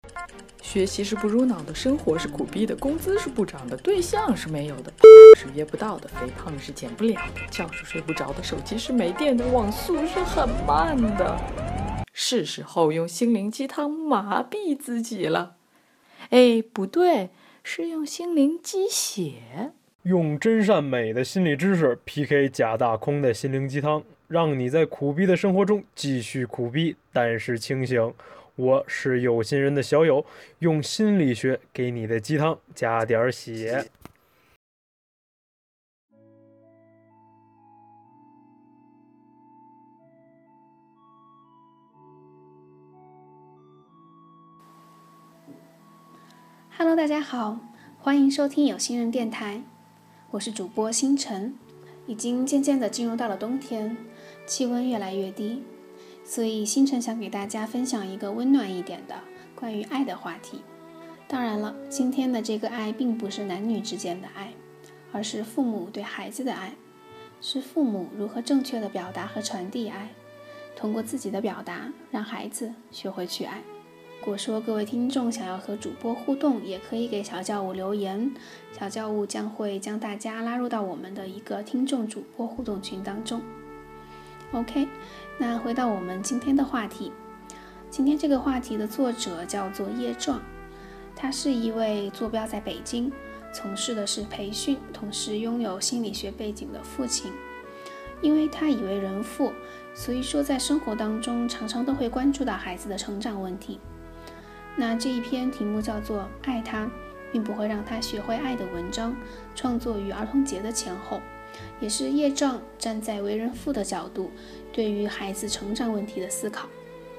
学习是不入脑的，生活是苦逼的，工资是不涨的，对象是没有的，是约不到的，肥胖是减不了的，觉是睡不着的，手机是没电的，网速是很慢的。是时候用心灵鸡汤麻痹自己了。哎，不对，是用心灵鸡血。 用真善美的心理知识 PK 假大空的心灵鸡汤，让你在苦逼的生活中继续苦逼，但是清醒。我是有心人的小友，用心理学给你的鸡汤加点血。 Hello， 大家好，欢迎收听有心人电台，我是主播星辰。已经渐渐地进入到了冬天，气温越来越低，所以星辰想给大家分享一个温暖一点的关于爱的话题。当然了，今天的这个爱并不是男女之间的爱，而是父母对孩子的爱，是父母如何正确的表达和传递爱，通过自己的表达让孩子学会去爱。如果说各位听众想要和主播互动，也可以给小教务留言，小教务将会将大家拉入到我们的一个听众主播互动群当中。OK， 那回到我们今天的话题。今天这个话题的作者叫做叶壮，他是一位坐标在北京，从事的是培训，同时拥有心理学背景的父亲。因为他已为人父，所以说在生活当中常常都会关注到孩子的成长问题。那这一篇题目叫做《爱他并不会让他学会爱》的文章，创作于儿童节的前后，也是叶壮站在为人父的角度对于孩子成长问题的思考。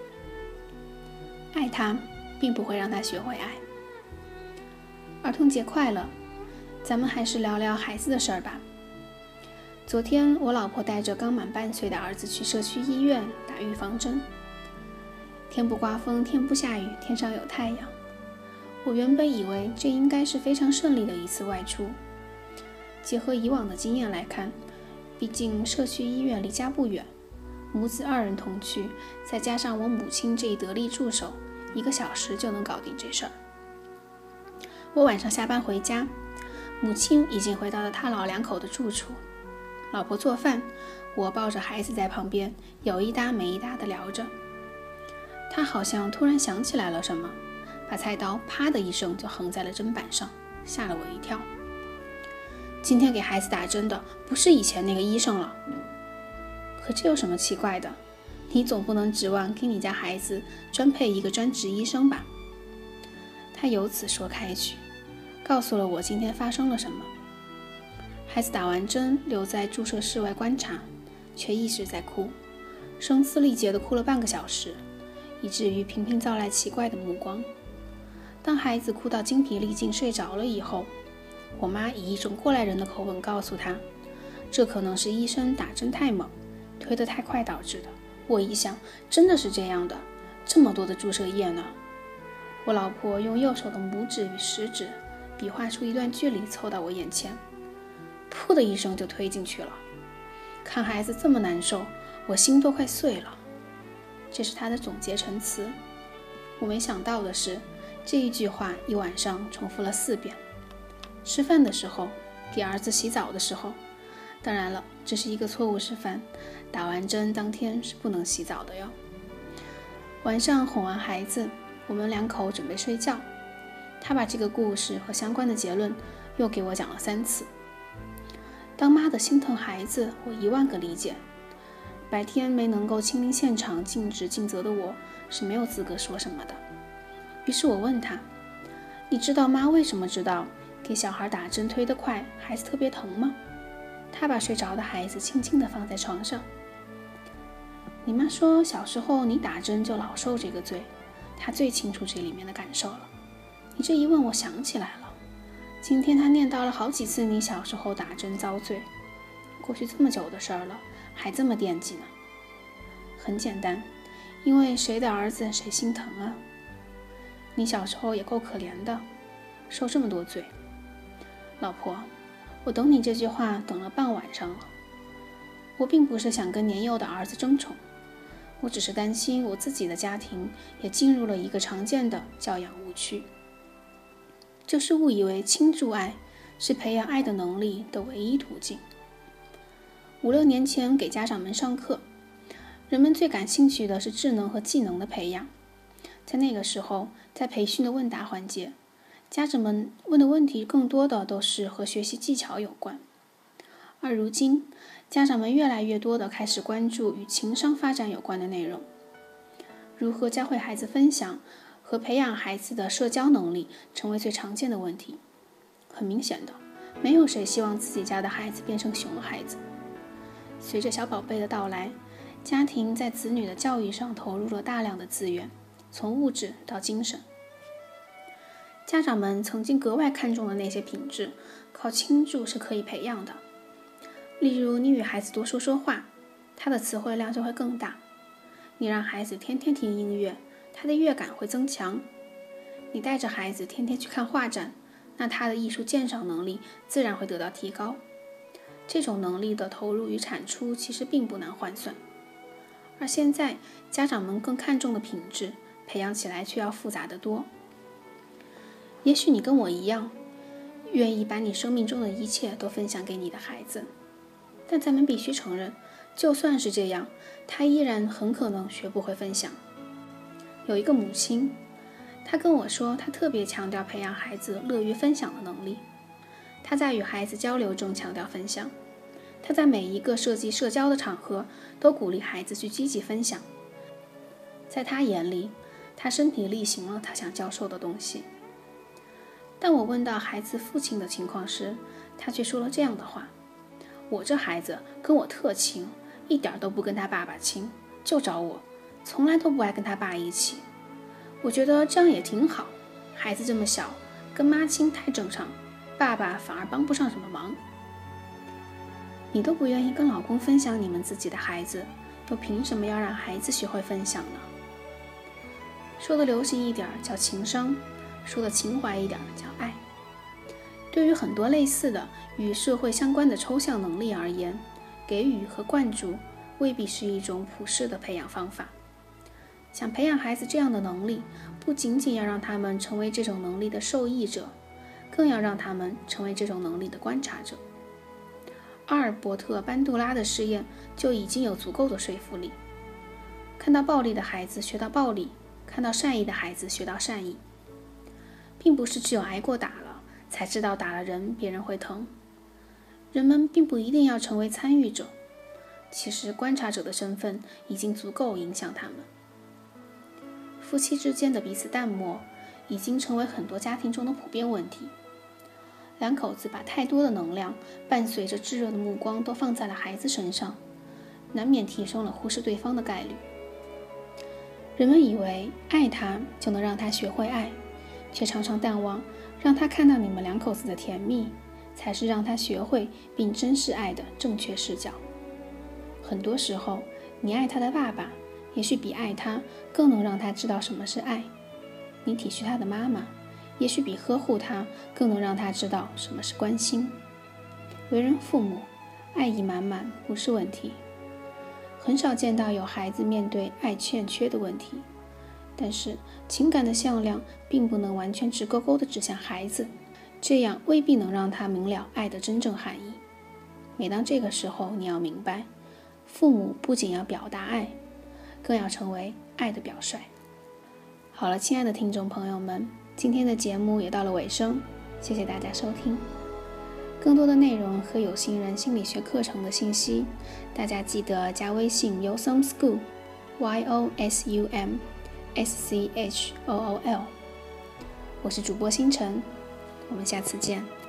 爱他并不会让他学会爱。儿童节快乐，咱们还是聊聊孩子的事儿吧。昨天我老婆带着刚满半岁的儿子去社区医院打预防针。天不刮风，天不下雨，天上有太阳。我原本以为这应该是非常顺利的一次外出。结合以往的经验来看，毕竟社区医院离家不远，母子2人同去，再加上我母亲这一得力助手，1个小时就能搞定这事儿。我晚上下班回家，母亲已经回到了她老两口的住处，老婆做饭，我抱着孩子在旁边，有一搭没一搭地聊着。他好像突然想起来了什么，把菜刀啪的一声就横在了砧板上，吓了我一跳。今天给孩子打针的不是以前那个医生了。可这有什么奇怪的？你总不能指望给你家孩子专配一个专职医生吧？他由此说开去，告诉了我今天发生了什么。孩子打完针留在注射室外观察，却一直在哭，声嘶力竭地哭了半个小时，以至于频频招来奇怪的目光。当孩子哭到精疲力尽睡着了以后，我妈以一种过来人的口吻告诉他，这可能是医生打针太猛，推得太快导致的。我一想，真的是这样的，这么多的注射液呢。我老婆用右手的拇指与食指比划出一段距离，凑到我眼前，噗的一声就推进去了。看孩子这么难受，我心都快碎了。这是他的总结陈词。我没想到的是，这一句话一晚上重复了4遍。吃饭的时候，给儿子洗澡的时候，当然了，这是一个错误示范，打完针当天是不能洗澡的哟。晚上哄完孩子，我们2口准备睡觉，他把这个故事和相关的结论又给我讲了3次。当妈的心疼孩子，我10000个理解。白天没能够亲临现场尽职尽责的我是没有资格说什么的。于是我问他，你知道妈为什么知道给小孩打针推得快，孩子特别疼吗？他把睡着的孩子轻轻地放在床上。你妈说小时候你打针就老受这个罪，她最清楚这里面的感受了。你这一问我想起来了，今天她念叨了好几次你小时候打针遭罪，过去这么久的事儿了，还这么惦记呢。很简单，因为谁的儿子谁心疼啊。你小时候也够可怜的，受这么多罪。老婆，我等你这句话等了半晚上了。我并不是想跟年幼的儿子争宠， 我只是担心我自己的家庭也进入了一个常见的教养误区，就是误以为倾注爱是培养爱的能力的唯一途径。5-6年前给家长们上课，人们最感兴趣的是智能和技能的培养。在那个时候，在培训的问答环节，家长们问的问题更多的都是和学习技巧有关。而如今，家长们越来越多地开始关注与情商发展有关的内容，如何教会孩子分享和培养孩子的社交能力成为最常见的问题。很明显的，没有谁希望自己家的孩子变成熊孩子。随着小宝贝的到来，家庭在子女的教育上投入了大量的资源，从物质到精神。家长们曾经格外看重的那些品质，靠倾注是可以培养的。例如，你与孩子多说说话，他的词汇量就会更大；你让孩子天天听音乐，他的乐感会增强；你带着孩子天天去看画展，那他的艺术鉴赏能力自然会得到提高。这种能力的投入与产出其实并不难换算，而现在家长们更看重的品质，培养起来却要复杂得多。也许你跟我一样，愿意把你生命中的一切都分享给你的孩子，但咱们必须承认，就算是这样，他依然很可能学不会分享。有一个母亲，她跟我说，她特别强调培养孩子乐于分享的能力。她在与孩子交流中强调分享，她在每一个涉及社交的场合都鼓励孩子去积极分享。在她眼里，她身体力行了她想教授的东西。但我问到孩子父亲的情况时，他却说了这样的话：我这孩子跟我特亲，一点都不跟他爸爸亲，就找我，从来都不爱跟他爸一起。我觉得这样也挺好，孩子这么小，跟妈亲太正常，爸爸反而帮不上什么忙。你都不愿意跟老公分享你们自己的孩子，又凭什么要让孩子学会分享呢？说的流行一点叫情商，说的情怀一点叫爱。对于很多类似的与社会相关的抽象能力而言，给予和灌注未必是一种普世的培养方法。想培养孩子这样的能力，不仅仅要让他们成为这种能力的受益者，更要让他们成为这种能力的观察者。阿尔伯特·班杜拉的实验就已经有足够的说服力。看到暴力的孩子学到暴力，看到善意的孩子学到善意。并不是只有挨过打了，才知道打了人别人会疼。人们并不一定要成为参与者，其实观察者的身份已经足够影响他们。夫妻之间的彼此淡漠，已经成为很多家庭中的普遍问题。两口子把太多的能量伴随着炙热的目光都放在了孩子身上，难免提升了忽视对方的概率。人们以为爱他就能让他学会爱，却常常淡忘让他看到你们两口子的甜蜜，才是让他学会并珍视爱的正确视角。很多时候，你爱他的爸爸，也许比爱他更能让他知道什么是爱；你体恤他的妈妈，也许比呵护他更能让他知道什么是关心。为人父母，爱意满满不是问题，很少见到有孩子面对爱欠缺的问题。但是情感的向量并不能完全直勾勾地指向孩子，这样未必能让他明了爱的真正含义。每当这个时候，你要明白，父母不仅要表达爱，更要成为爱的表率。好了，亲爱的听众朋友们，今天的节目也到了尾声，谢谢大家收听。更多的内容和有心人心理学课程的信息，大家记得加微信 Yosum School YOSUM SCHOOL， 我是主播星辰，我们下次见。